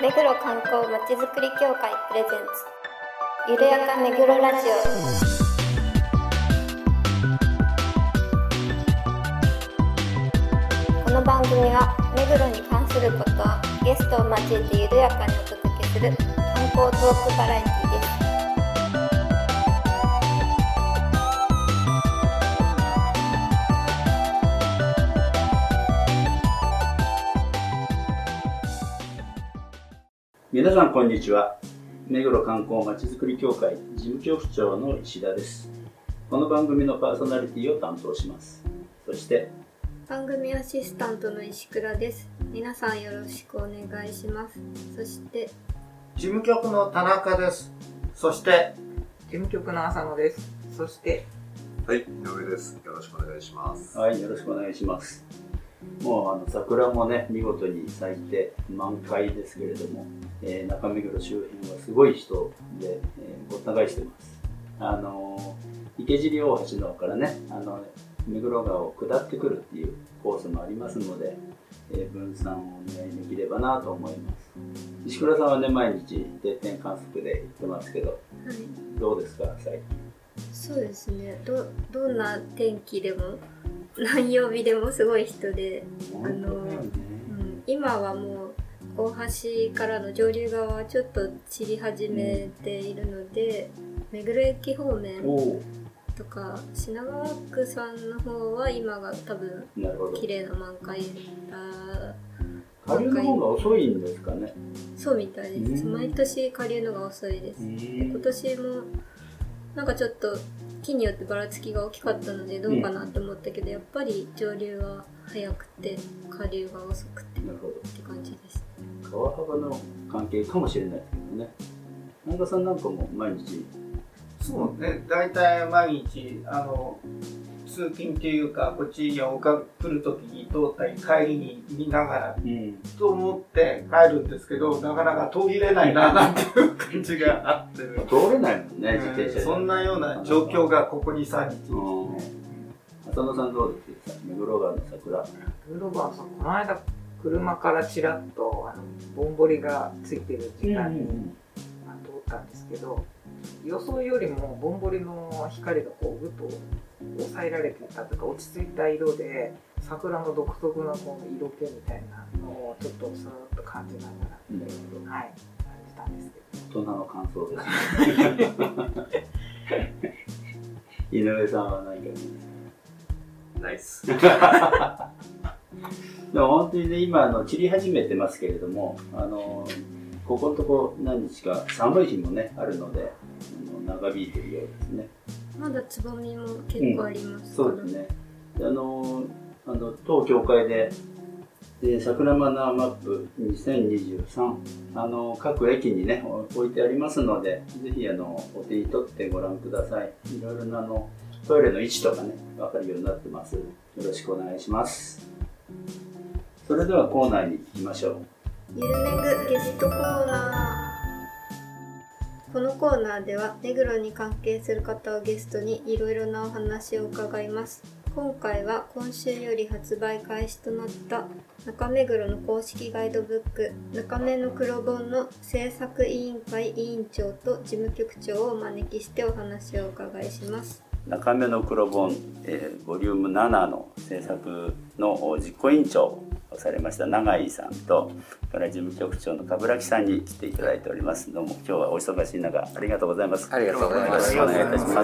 目黒観光まちづくり協会プレゼンツゆるやか目黒ラジオ。この番組は目黒に関することをゲストを交えてゆるやかにお届けする観光トークバラエティです。 皆さんこんにちは。目黒観光まちづくり協会事務局長の石田です。この番組のパーソナリティを担当します。そして番組アシスタントの石倉です。皆さんよろしくお願いします。そして事務局の田中です。そして事務局の浅野です。そしてはい、井上です。よろしくお願いします。 はい、よろしくお願いします。もう桜もね見事に咲いて満開ですけれども、中目黒周辺はすごい人で、ごった返してます。池尻大橋の方からね目黒川を下ってくるっていうコースもありますので、分散をねできればなと思います。石倉さんはね毎日定点観測で行ってますけど、はい、どうですか最近。 そうですね、どんな天気でも何曜日でもすごい人で、今はもう大橋からの上流側はちょっと散り始めているので、目黒駅方面とか品川区さんの方は今が多分綺麗な満開だ。 下流の方が遅いんですかね。 そうみたいです。毎年下流のが遅いです。で今年もなんかちょっと木によってばらつきが大きかったのでどうかなと思ったけど、やっぱり上流は早くて下流が遅くてって感じです。 川幅の関係かもしれないですけどね。南川さんなんかも毎日。 そうね、だいたい毎日通勤っていうかこっちに来るときに通ったり帰りに見ながら、と思って帰るんですけど、なかなか通りれないななんていう感じがあって、 通れないもんね、自転車で。 そんなような状況がここ 2,3 日ですね。 浅野さんどうですか、目黒川の桜。 目黒川さん、この間車からちらっとぼんぼりがついてる時間に、通ったんですけど、予想よりもぼんぼりの光がこうぐっと抑えられていたというか落ち着いた色で、桜の独特なこの色気みたいなのをちょっとスーッと感じながら、はい、感じたんですけど。 大人の感想ですね。井上さんは何かナイス。 でも本当にね、今散り始めてますけれども、ここのとこ何日か寒い日もねあるので、長引いてるようですね。 まだつぼみも結構あります、 そうですね。で当協会で桜マナーマップ2023各駅にね置いてありますので、ぜひお手に取ってご覧ください。いろいろなトイレの位置とかね分かるようになってます。よろしくお願いします。それではコーナーに行きましょう。 ゆるめぐゲストコーナー。このコーナーでは目黒に関係する方をゲストにいろいろなお話を伺います。今回は今週より発売開始となった中目黒の公式ガイドブック中目の黒本の制作委員会委員長と事務局長をお招きしてお話をお伺いします。 中目の黒本、ボリューム7の制作の実行委員長をされました永井さんと、から事務局長の冠城さんに来ていただいております。どうも今日はお忙しい中ありがとうございます。 ありがとうございます。 よろしくお願いいたします。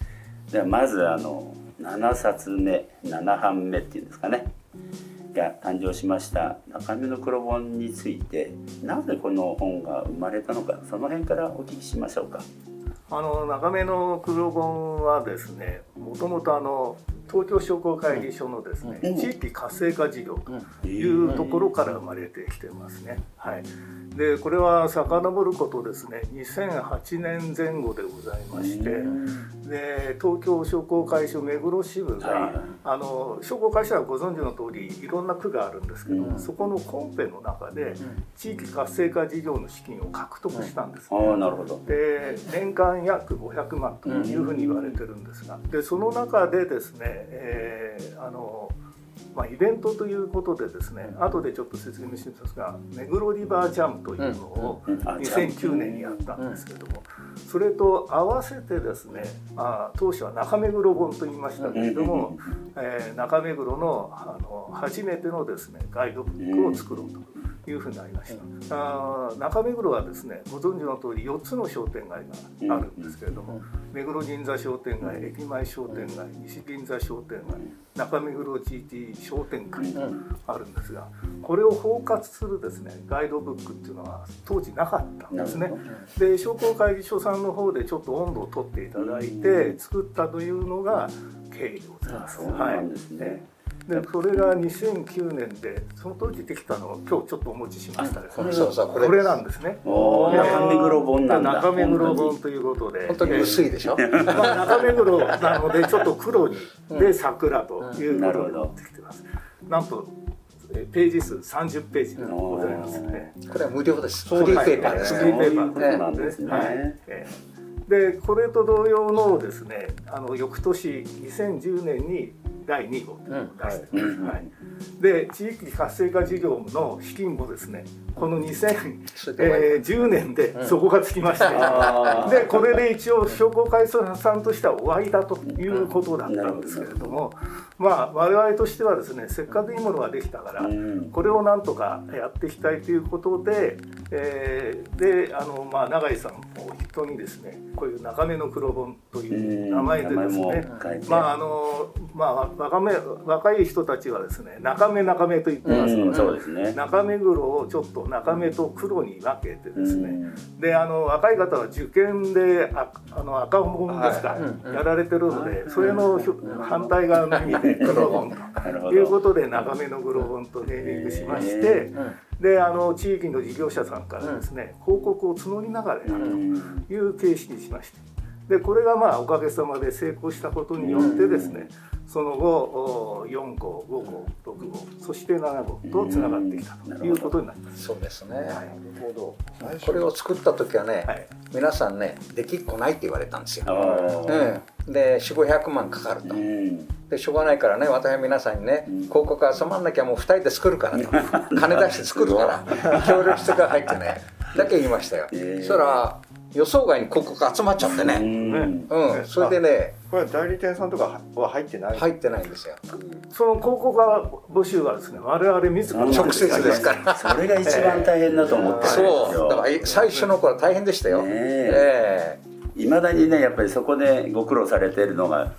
ではまず7冊目7版目っていうんですかねが誕生しました中目の黒本について、なぜこの本が生まれたのか、その辺からお聞きしましょうか。 中目の黒本はですね、もともと東京商工会議所のですね、地域活性化事業というところから生まれてきてますね。はい。でこれは遡ることですね、2008年前後でございまして、で東京商工会所目黒支部が、商工会所はご存知の通りいろんな区があるんですけど、そこのコンペの中で地域活性化事業の資金を獲得したんですね。 なるほど。 で年間約500万というふうに言われてるんですが、でその中でですね、 イベントということでですね、後でちょっと説明しますが、目黒リバージャムというのを2009年にやったんですけれども、それと合わせてですね、当初は中目黒本と言いましたけれども、中目黒の初めてのですねガイドブックを作ろうというふうになりました。中目黒はですね、ご存知の通り4つの商店街があるんですけれども、目黒銀座商店街、駅前商店街、西銀座商店街、中目黒 GT 商店街とあるんですが、これを包括するですねガイドブックっていうのは当時なかったんですね。で、商工会議所さんの方でちょっと温度を取っていただいて作ったというのが経緯でございます。 そうなんですね。 でそれが2009年で、その当時できたのを今日ちょっとお持ちしましたですね。これなんですね。 中目黒本なんだ。 中目黒本ということで、 本当に薄いでしょ。 中目黒なのでちょっと黒にで桜ということになってきてます。なんとページ数30ページでございますね。 これは無料です。フリーペーパーです。 フリーペーパーなんですね。でこれと同様のですね、翌年2010年に第2号を出してます。で地域活性化事業の資金もですね、この2010年で底がつきまして、でこれで一応商工会社さんとしては終わりだということだったんですけれども、我々としてはですね、せっかくいいものができたからこれをなんとかやっていきたいということで、永井さんを筆頭にですね、こういう中目の黒本という名前でですね、若い人たちはですね、中目と言ってますので、そうですね、中目黒をちょっと中目と黒に分けてですね、で若い方は受験で赤本ですか、やられてるので、それの反対側の意味で黒本ということで中目の黒本とネーミングしまして、で地域の事業者さんからですね、広告を募りながらやるという形式にしまして、でこれがおかげさまで成功したことによってですね、その後4号、5号、6号、そして7号とつながってきたということになります。 そうですね。なるほど。これを作った時はね、皆さんね、できっこないって言われたんですよ。で400-500万かかると。でしょうがないからね、私は皆さんにね、広告集まんなきゃもう2人で作るからと、金出して作るから協力してから入ってね、だけ言いましたよ。そしたら予想外に広告集まっちゃってね、それでね、 これは代理店さんとかは入ってないんですよ。 その広告募集はですね、我々自ら直接ですから。 それが一番大変だと思ってるんですよ。 そうだから最初の頃は大変でしたよ。 いまだにね、やっぱりそこでご苦労されてるのが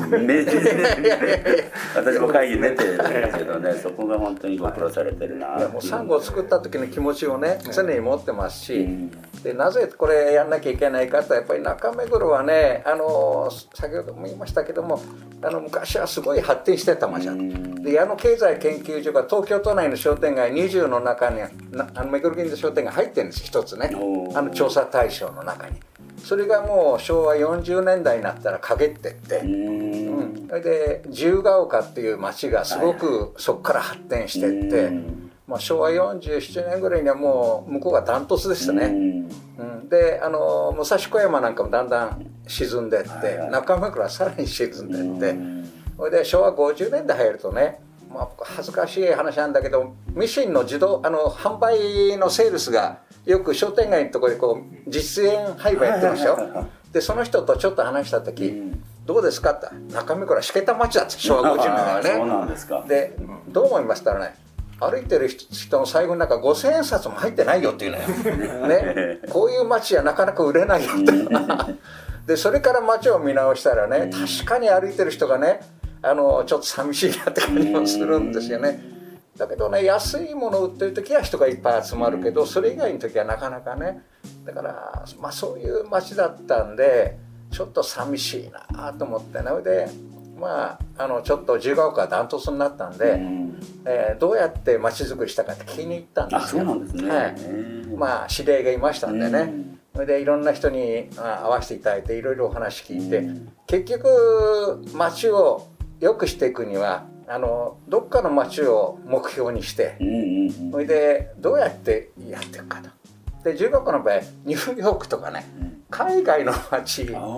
私も会議出てるんですけどね、そこが本当にご苦労されてるな。 もう3号を作った時の気持ちをね、常に持ってますし、でなぜこれやんなきゃいけないかと、やっぱり中目黒はね、先ほども言いましたけども、昔はすごい発展してた町だ。で矢野経済研究所が東京都内の商店街20の中に目黒銀座商店街入ってるんです一つね、調査対象の中に。それがもう昭和40年代になったら陰ってって、それで自由が丘っていう町がすごくそこから発展してって、昭和47年ぐらいにはもう向こうがダントツでしたね。で武蔵小山なんかもだんだん沈んでって、中目黒はさらに沈んでって、それで昭和50年代入るとね、恥ずかしい話なんだけど、ミシンの自動販売のセールスがよく商店街のところでこう実演販売やってるでしょ。でその人とちょっと話した時、どうですかって「中目黒はしけた町だ」って昭和50年代はね。 そうなんですか。 でどう思いましたらね、歩いてる人の財布の中5000円札も入ってないよっていうのよ、ね、こういう街はなかなか売れないよってでそれから街を見直したらね、確かに歩いてる人がね、ちょっと寂しいなって感じもするんですよね。だけどね、安いものを売ってる時は人がいっぱい集まるけど、それ以外の時はなかなかね、だからそういう街だったんでちょっと寂しいなと思ってね。でちょっと自由が丘がダントツになったんで、どうやって街づくりしたかって聞きに行ったんですよ。 そうなんですね。 知り合いがいましたんでね、それでいろんな人に会わせていただいていろいろお話聞いて、結局街を良くしていくにはどっかの街を目標にして、それでどうやってやっていくかと。で自由が丘の場合ニューヨークとかね、海外の街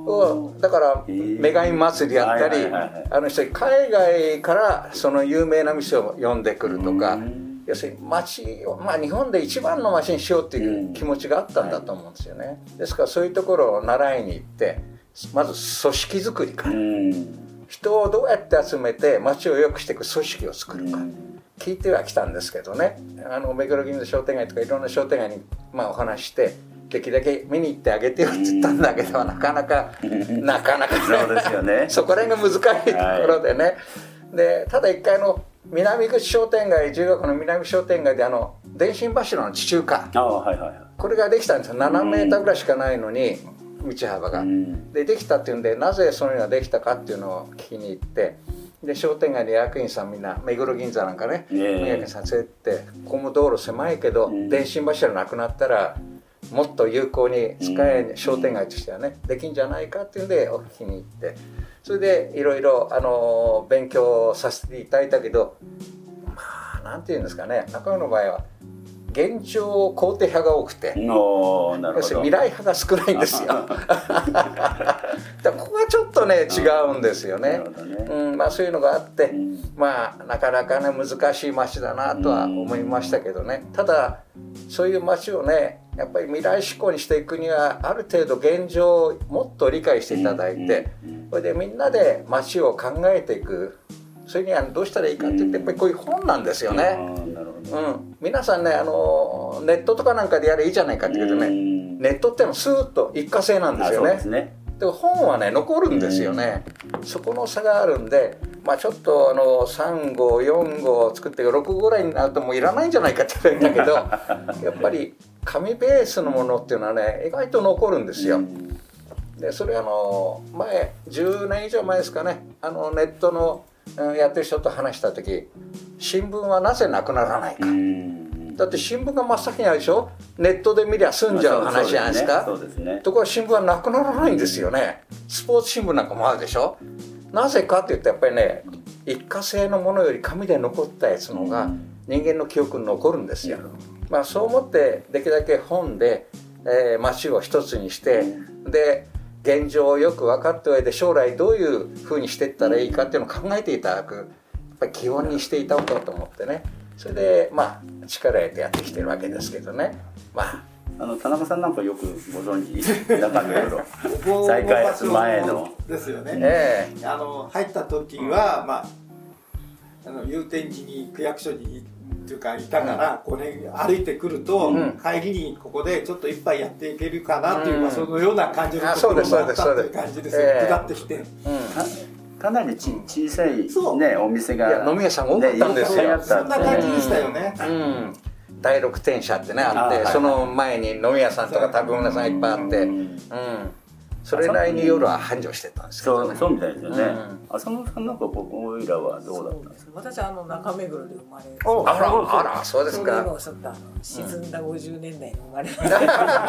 だから女神祭りやったり、海外からその有名な店を呼んでくるとか、要するに町を、日本で一番の町にしようっていう気持ちがあったんだと思うんですよね。ですからそういうところを習いに行って、まず組織作りから、人をどうやって集めて町を良くしていく組織を作るか、聞いてはきたんですけどね。目黒銀座商店街とかいろんな商店街にお話してできるだけ見に行ってあげてよって言ったんだけど、なかなかそうですよね。 そこら辺が難しいところでね。でただ一回南口商店街、自由が丘の南口商店街で電信柱の地中化、これができたんですよ。7メーターぐらいしかないのに道幅が、できたっていうんで、なぜそういうのができたかっていうのを聞きに行って、で商店街の役員さんみんな目黒銀座なんかね、役員さん連れてって、ここも道路狭いけど、電信柱なくなったらもっと有効に使え、商店街としてはねできんじゃないかっていうんでお聞きに行って、それでいろいろ勉強させていただいたけど、なんていうんですかね、中野の場合は現状肯定派が多くて、要するに未来派が少ないんですよ。だからここがちょっとね違うんですよね。そういうのがあって、なかなかね難しい街だなとは思いましたけどね。ただそういう街をねやっぱり未来志向にしていくには、ある程度現状をもっと理解していただいて、それでみんなで街を考えていく、それにはどうしたらいいかって言って、やっぱりこういう本なんですよね。皆さんねネットとかなんかでやればいいじゃないかって言うけどね、ネットってのはスーッと一過性なんですよね。でも本はね残るんですよね。そこの差があるんで、ちょっと3号4号作って6号ぐらいになるともういらないんじゃないかって言うんだけどやっぱり紙ベースのものっていうのはね意外と残るんですよ。でそれ前10年以上前ですかね、ネットのやってる人と話した時、新聞はなぜなくならないか。だって新聞が真っ先にあるでしょ。ネットで見りゃ済んじゃう話じゃないですか。ところが新聞はなくならないんですよね。スポーツ新聞なんかもあるでしょ。なぜかって言ったらやっぱりね、一過性のものより紙で残ったやつの方が人間の記憶に残るんですよ。そう思ってできるだけ本で、街を一つにして、で現状をよく分かった上で将来どういうふうにしていったらいいかっていうのを考えていただく、やっぱり基本にしていただこうと思ってね、それで力を得てやってきてるわけですけどね。 田中さんなんかよくご存知中目黒再開前のですよね。入った時は、祐天寺に区役所にというかいたから、これ歩いてくると、帰りにここでちょっと一杯やっていけるかなっていう、そのような感じのところもあったという感じですよ。下ってきて。 かなり小さいねお店が飲み屋さんが多かったんですよ。 そんな感じでしたよね。 第6店舎ってねあって、その前に飲み屋さんとか食べ物屋さんがいっぱいあって、それなりに夜は繁盛してたんですけどね。 そうみたいですよね。浅野さんなんかおいらはどうだったんですか。 私は中目黒で生まれ、 あらそうですか。 沈んだ50年代に生まれました。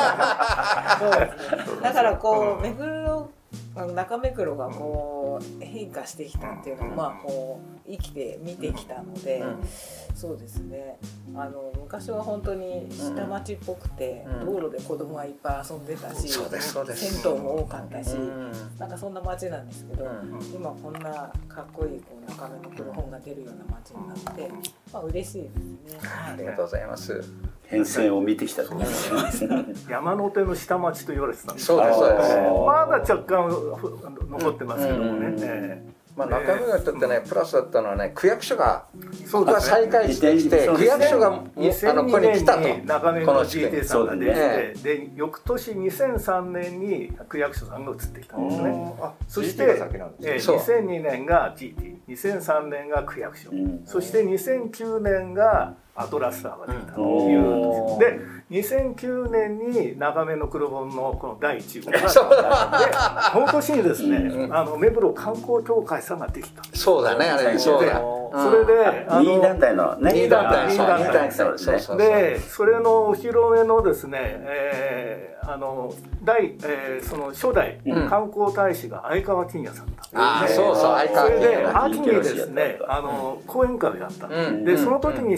だから目黒中目黒が変化してきたっていうのを生きて見てきたので、そうですね、昔は本当に下町っぽくて、道路で子供がいっぱい遊んでたし、銭湯も多かったし、なんかそんな町なんですけど、今こんなかっこいい中目の黒本が出るような町になって、嬉しいですね。 ありがとうございます。 変遷を見てきたと思います。 山手の下町と言われてたんです。 そうですそうです。 まだ若干残ってますけどもね。 中目黒にとってねプラスだったのはね、区役所が僕は再開してきて、区役所がここに来たと。 中目黒の GT さんができて、で翌年2003年に区役所さんが移ってきたんですね。そして2002年が GT、2003年が区役所、そして2009年がアトラスターができたというんです。で2009年に中目の黒本のこの第1号がで、この年にですね、目黒観光協会さんができた。 そうだね、あれそうだ。 それで任意団体のね、 任意団体で、それのお披露目のですね、その初代観光大使が相川金也さんだ。 そうそう、相川金也。 それで秋にですね、講演会をやった。でその時にさっき触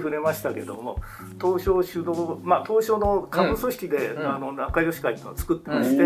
れましたけども、東証主導、東証の下部組織で、仲良し会っていうのを作ってまして、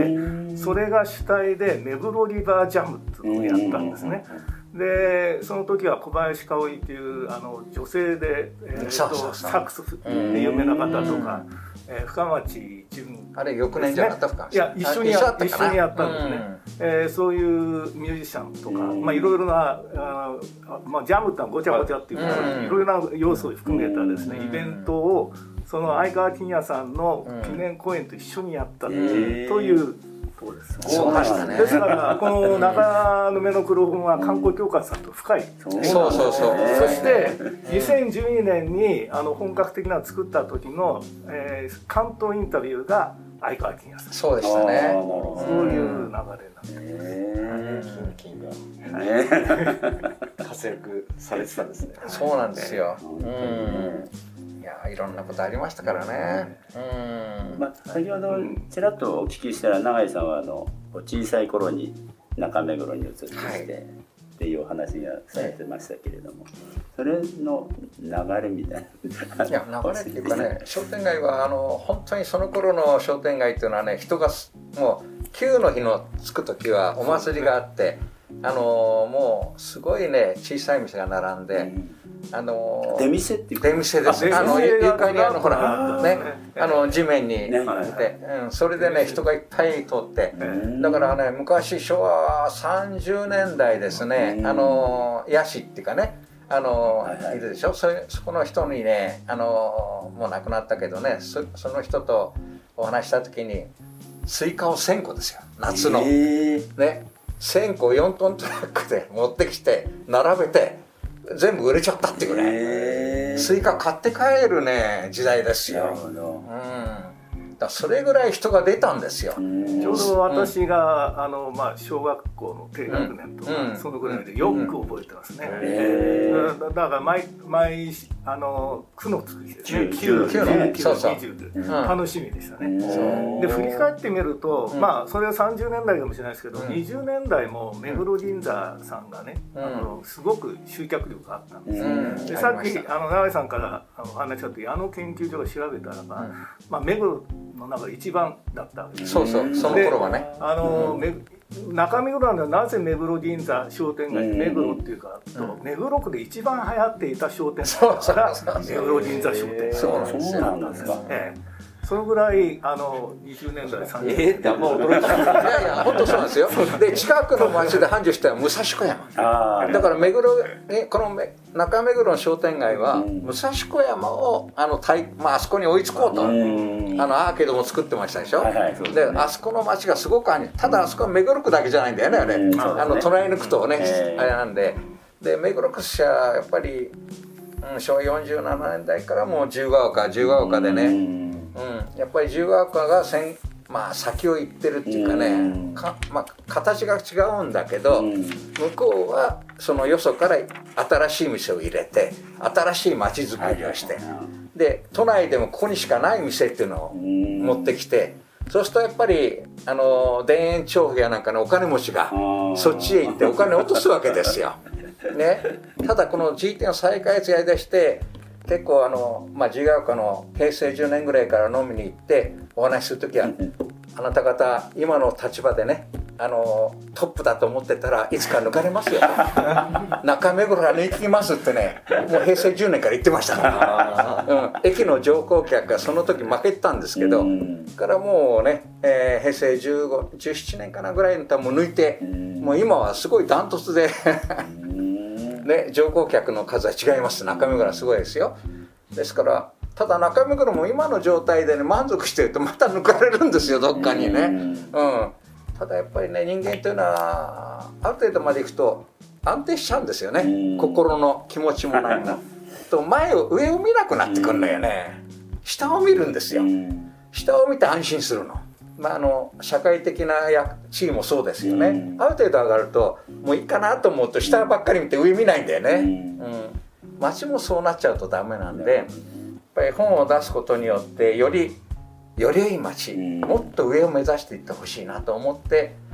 それが主体で目黒リバージャムっていうのをやったんですね。でその時は小林香織っていう女性で、サックスで有名な方とか、深町純、 あれ翌年じゃなかった？ いや一緒にやったんですね。そういうミュージシャンとか、いろいろなジャムってのはごちゃごちゃっていうか、いろいろな要素を含めたですね、イベントをその相川金也さんの記念公演と一緒にやったというそうです。 そうでしたね。 ですからこの中野目の黒本は観光協会さんと深い。 そう。そして2012年に本格的なの作った時の、関東インタビューが相川金也さん。 そうでしたね。 そういう流れなんです。 金が活躍されてたんですね。 そうなんですよ。いやいろんなことありましたからね。 先ほどちらっとお聞きしたら永井さんは小さい頃に中目黒に移ってきてっていうお話がされてましたけれども、それの流れみたいな。 いや流れっていうかね、商店街は本当にその頃の商店街っていうのはね、人がもう旧の日のつく時はお祭りがあって、もうすごいね小さい店が並んで。 出店っていう出店です。床にほらね地面にいて、それでね人がいっぱい通って、だからね昔昭和30年代ですね、ヤシっていうかねいるでしょ。そこの人にねもう亡くなったけどね、その人とお話した時にスイカを1000個ですよ、夏のね1000個4トントラックで持ってきて並べて。全部売れちゃったっていうね、スイカ買って帰るね時代ですよ。だそれぐらい人が出たんですよ。ちょうど私が小学校の低学年とかそのぐらいでよく覚えてますね。だから毎区のつく日ですね。9、20で楽しみでしたね。で振り返ってみると、それは30年代かもしれないですけど、20年代も目黒銀座さんがねすごく集客力があったんです。でさっき永井さんからお話した時研究所が調べたらば、目黒の中で一番だったわけです。 その頃はね。 中目黒なんでなぜ目黒銀座商店街目黒っていうかと、目黒区で一番流行っていた商店街だから目黒銀座商店街。 そうなんですか。 そのぐらい20年代30年代ってあんま驚いた。 いや本当そうなんですよ。で近くの町で繁盛したのは武蔵小山だから目黒この中目黒の商店街は武蔵小山をあそこに追いつこうとアーケードも作ってましたでしょ。であそこの町がすごくただあそこは目黒区だけじゃないんだよね、あれ隣の区とねあれなんで、目黒区市はやっぱり昭和47年代からもう自由が丘でね、やっぱり自由が丘が先を行ってるっていうかね、形が違うんだけど、向こうはそのよそから新しい店を入れて新しい街づくりをして、で都内でもここにしかない店っていうのを持ってきて、そうするとやっぱり田園調布やなんかのお金持ちがそっちへ行ってお金を落とすわけですよ。ね、ただこの G 店を再開発やりだして結構自由が丘の平成10年ぐらいから飲みに行ってお話しするときはあなた方今の立場でねトップだと思ってたらいつか抜かれますよ中目黒が抜きますってねもう平成10年から言ってましたから、駅の乗降客がその時負けてたんですけど、からもうね、平成17年かなぐらいのもう抜いて、もう今はすごいダントツでね、乗降客の数は違います。中目黒はすごいですよ。ですからただ中目黒も今の状態でね満足してるとまた抜かれるんですよ、どっかにね。ただやっぱりね人間というのはある程度までいくと安定しちゃうんですよね、心の気持ちもないのと上を見なくなってくるのよね。下を見るんですよ。下を見て安心するの。社会的な地位もそうですよね。ある程度上がるともういいかなと思うと下ばっかり見て上見ないんだよね。街もそうなっちゃうとダメなんで、やっぱり本を出すことによってより良い街、もっと上を目指していってほしいなと思って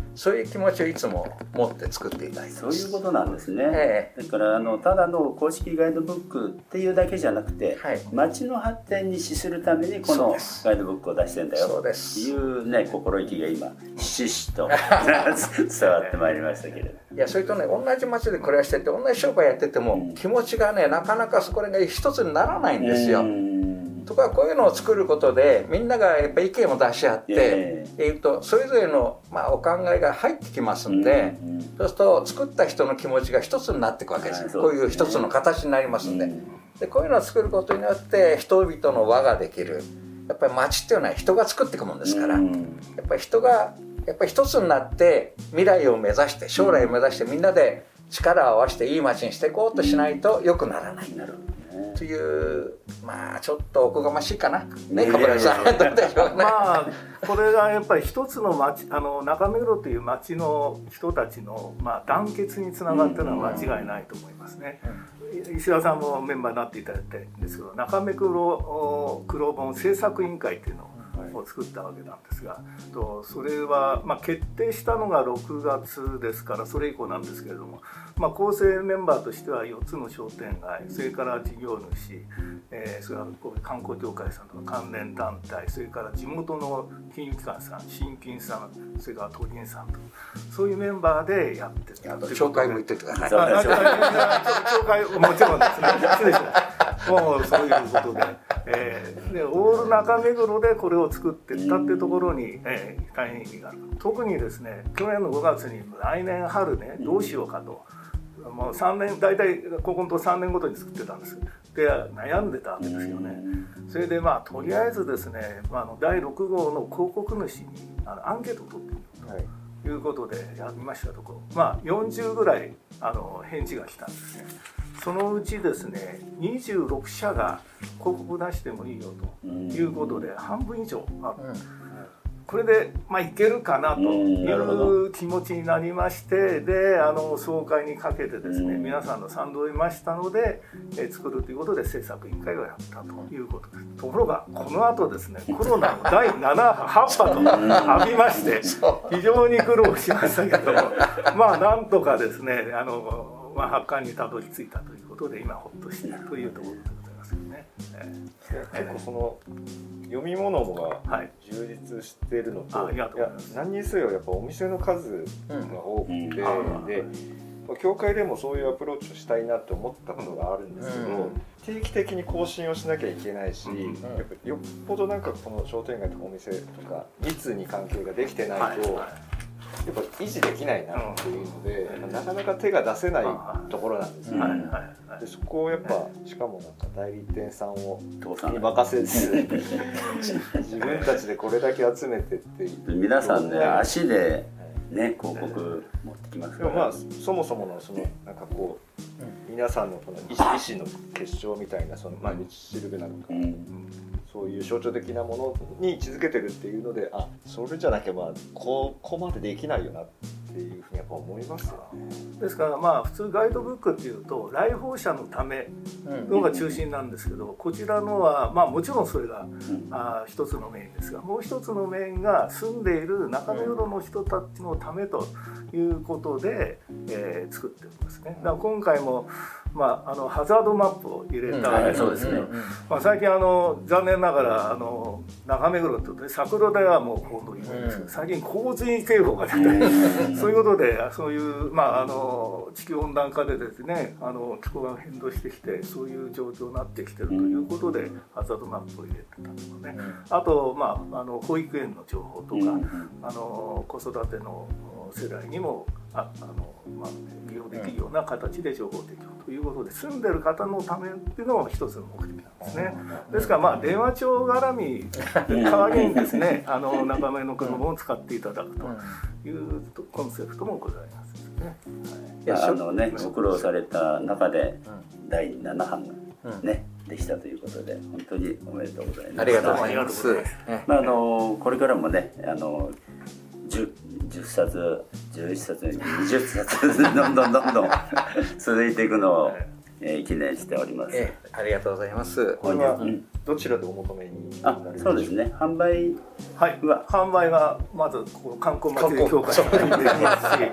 そういう気持ちをいつも持って作っていただいてます。 そういうことなんですね。だからただの公式ガイドブックっていうだけじゃなくて、町の発展に資するためにこのガイドブックを出してんだよっていうね、心意気が今ひしひしと伝わってまいりましたけれど。 いや、それとね、同じ町で暮らしてて同じ商売やってても、気持ちがねなかなかそこが一つにならないんですよ。とかこういうのを作ることでみんながやっぱ意見を出し合ってそれぞれのお考えが入ってきますんで、そうすると作った人の気持ちが一つになっていくわけです。こういう一つの形になりますんで、こういうのを作ることによって人々の輪ができる。やっぱり町っていうのは人が作っていくもんですから、やっぱり人が一つになって未来を目指して将来を目指してみんなで力を合わせていい町にしていこうとしないと良くならない。というちょっとおこがましいかなね、小林さん。どうでしょうね。 これがやっぱり一つの町、中目黒という町の人たちの団結につながっているのは間違いないと思いますね。石田さんもメンバーになっていただいたんですけど、中目黒黒本制作委員会っていうのを作ったわけなんですが、それは決定したのが6月ですからそれ以降なんですけれども、構成メンバーとしては4つの商店街、それから事業主、それから観光協会さんとか関連団体、それから地元の金融機関さん、新金さん、それから都銀さんと、そういうメンバーでやってて、 紹介も言っててください。 紹介もちろんですね。失礼しました。もうそういうことで、オール中目黒でこれを作っていったっていうところに、大変意味がある。特にですね、去年の5月に来年春ね、どうしようかと。もう3年、大体ここのと3年ごとに作ってたんですで悩んでたわけですよね。それでとりあえずですね、第6号の広告主にアンケートを取ってみようということでやりましたところ、40ぐらい返事が来たんですね。そのうちですね26社が広告出してもいいよということで半分以上ある。これでいけるかなという気持ちになりまして、で総会にかけてですね、皆さんの賛同を得ましたので、作るということで制作委員会をやったということです。ところがこの後ですね、コロナの第7波8波と浴びまして非常に苦労しましたけども、なんとかですね発刊にたどり着いたということで今ほっとしているというところでございますよね。 結構その読み物が充実しているのと、何にせよやっぱお店の数が多くて、で教会でもそういうアプローチをしたいなって思ったことがあるんですけど、定期的に更新をしなきゃいけないし、やっぱよっぽどこの商店街とかお店とか密に関係ができてないとやっぱ維持できないなっていうので、なかなか手が出せないところなんですよね。でそこをやっぱしかも代理店さんをに任せず自分たちでこれだけ集めてって皆さんね足でね広告持ってきますから、 そもそもの皆さんのこの意思の結晶みたいな道しるべなのか、そういう象徴的なものに位置づけてるっていうので、それじゃなきゃここまでできないよなっていうふうにやっぱ思いますよね。 ですから普通ガイドブックっていうと来訪者のためのが中心なんですけど、こちらのはもちろんそれが一つのメインですが、もう一つのメインが住んでいる中目黒の人たちのためということで、作ってるんですね。だから今回もハザードマップを入れたわけですね。最近残念ながら中目黒って言うと桜田はもう洪水なんですけど、最近洪水警報が出たりそういうことでそういう地球温暖化でですね気候が変動してきてそういう状況になってきてるということでハザードマップを入れてたとかね、あと保育園の情報とか子育ての世代にも利用できるような形で情報提供ということで、住んでる方のためっていうのも一つの目的なんですね。ですから電話帳絡み代わりにですね中目の黒本を使っていただくというコンセプトもございますね。 ご苦労された中で第7版がねできたということで本当におめでとうございます。 ありがとうございます。 これからもね10冊11冊20冊どんどん続いていくのを記念しております。 ありがとうございます。 これはどちらでお求めになるんでしょうか。 そうですね、販売販売はまずこの観光祭り協会に入っていますし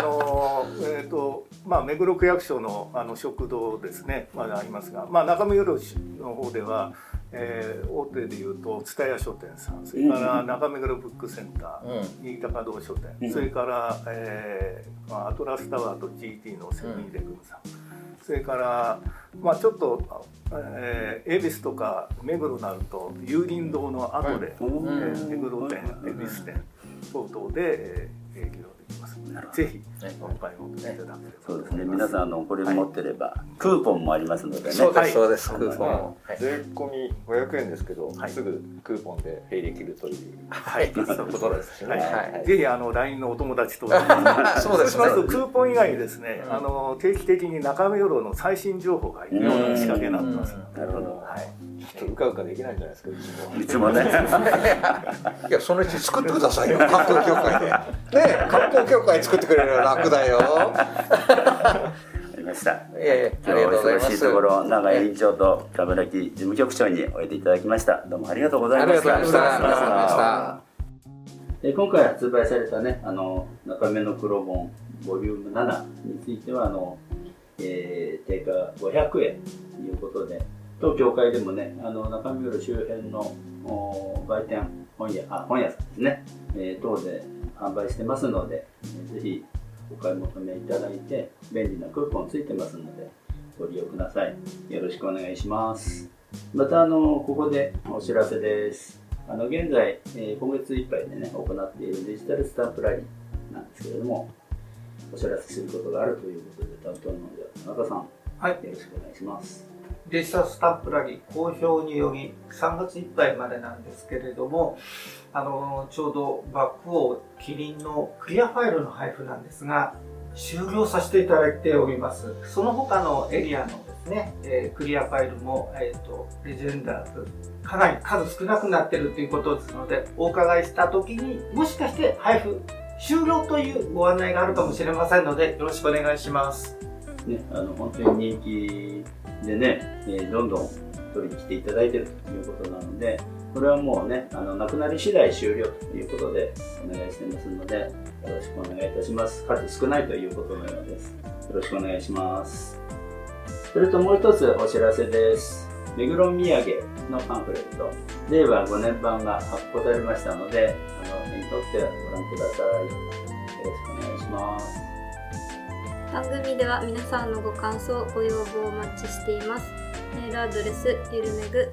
目黒区役所の食堂ですね、まだありますが、中目黒市の方では、大手でいうと蔦屋書店さん、それから中目黒ブックセンター、新高堂書店、それから、アトラスタワーと GT のセブンイレブンさん、それからちょっと恵比寿とか目黒になると有林堂の後で、目黒店、恵比寿店等々で営業できます。ぜひお買い求めいただければ。 そうですね。皆さんこれ持ってればクーポンもありますのでね。 そうですそうです。クーポン税込み500円ですけど、すぐクーポンでペイできるというそういうことですね。 ぜひLINE のお友達とそうですね。 クーポン以外にですね、定期的に中目黒の最新情報がいるような仕掛けになってます。 なるほど。 ちょっとうかうかできないんじゃないですか。 いつもね。 いやそのうち作ってくださいよ。観光協会で。ね観光協会作ってくれるの楽だよ。 ありました。 ありがとうございます。 忙しいところ永井委員長と冠城事務局長においでいただきました。どうもありがとうございました。 ありがとうございました。今回発売されたね中目の黒本ボリューム7については定価500円ということで、当協会でもね中目黒周辺の売店本屋さんですね、等で販売してますので、ぜひお買い求めいただいて便利なクーポンついてますのでご利用ください。よろしくお願いします。またここでお知らせです。現在、今月いっぱいでね行っているデジタルスタンプラリーなんですけれども、お知らせすることがあるということで担当の田中さん、よろしくお願いします。 デジタルスタンプラリー好評により3月いっぱいまでなんですけれども、ちょうどバックオーキリンのクリアファイルの配布なんですが終了させていただいております。その他のエリアのですね、クリアファイルも、レジェンダーズかなり数少なくなっているということですので、お伺いした時にもしかして配布終了というご案内があるかもしれませんのでよろしくお願いします。 ね、本当に人気でね、どんどん取りに来ていただいているということなので、これはもうねなくなり次第終了ということでお願いしてますので、よろしくお願いいたします。数少ないということのようです。よろしくお願いします。それともう一つお知らせです。目黒土産のパンフレット令和5年版が発行されましたので、手に取ってご覧ください。よろしくお願いします。 番組では皆さんのご感想ご要望をお待ちしています。メールアドレスゆるめぐ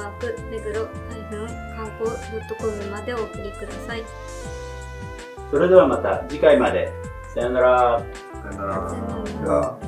@目黒観光.com までお送りください。 それではまた次回まで。さよなら。 さよなら。